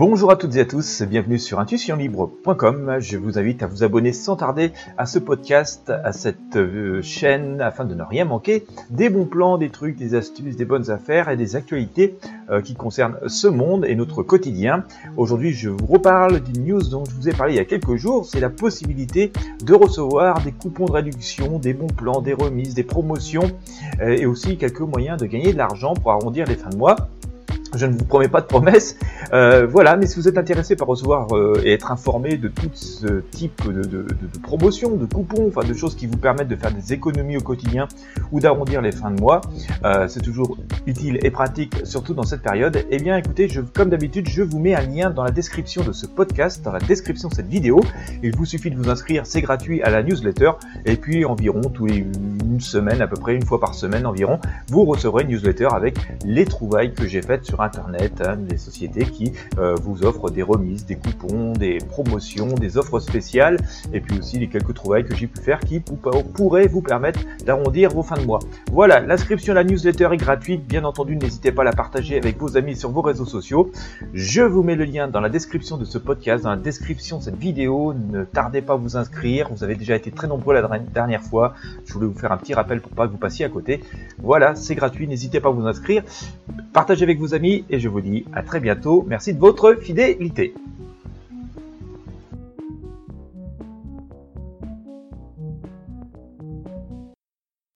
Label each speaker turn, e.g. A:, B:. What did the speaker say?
A: Bonjour à toutes et à tous, bienvenue sur intuitionlibre.com. Je vous invite à vous abonner sans tarder à ce podcast, à cette chaîne, afin de ne rien manquer des bons plans, des trucs, des astuces, des bonnes affaires et des actualités qui concernent ce monde et notre quotidien. Aujourd'hui, je vous reparle d'une news dont je vous ai parlé il y a quelques jours, c'est la possibilité de recevoir des coupons de réduction, des bons plans, des remises, des promotions et aussi quelques moyens de gagner de l'argent pour arrondir les fins de mois. Je ne vous promets pas de promesses, voilà, mais si vous êtes intéressé par recevoir et être informé de tout ce type de promotions, de coupons, enfin de choses qui vous permettent de faire des économies au quotidien ou d'arrondir les fins de mois, c'est toujours utile et pratique, surtout dans cette période. Eh bien écoutez, comme d'habitude, je vous mets un lien dans la description de ce podcast, dans la description de cette vidéo. Il vous suffit de vous inscrire, c'est gratuit, à la newsletter, et puis environ tous les une semaine, à peu près une fois par semaine environ, vous recevrez une newsletter avec les trouvailles que j'ai faites sur Internet, des sociétés qui vous offrent des remises, des coupons, des promotions, des offres spéciales, et puis aussi les quelques trouvailles que j'ai pu faire qui pourraient vous permettre d'arrondir vos fins de mois. Voilà, l'inscription à la newsletter est gratuite, bien entendu, n'hésitez pas à la partager avec vos amis sur vos réseaux sociaux. Je vous mets le lien dans la description de ce podcast, dans la description de cette vidéo. Ne tardez pas à vous inscrire, vous avez déjà été très nombreux la dernière fois, je voulais vous faire un petit rappel pour pas que vous passiez à côté. Voilà, c'est gratuit, n'hésitez pas à vous inscrire, partagez avec vos amis et je vous dis à très bientôt. Merci de votre fidélité.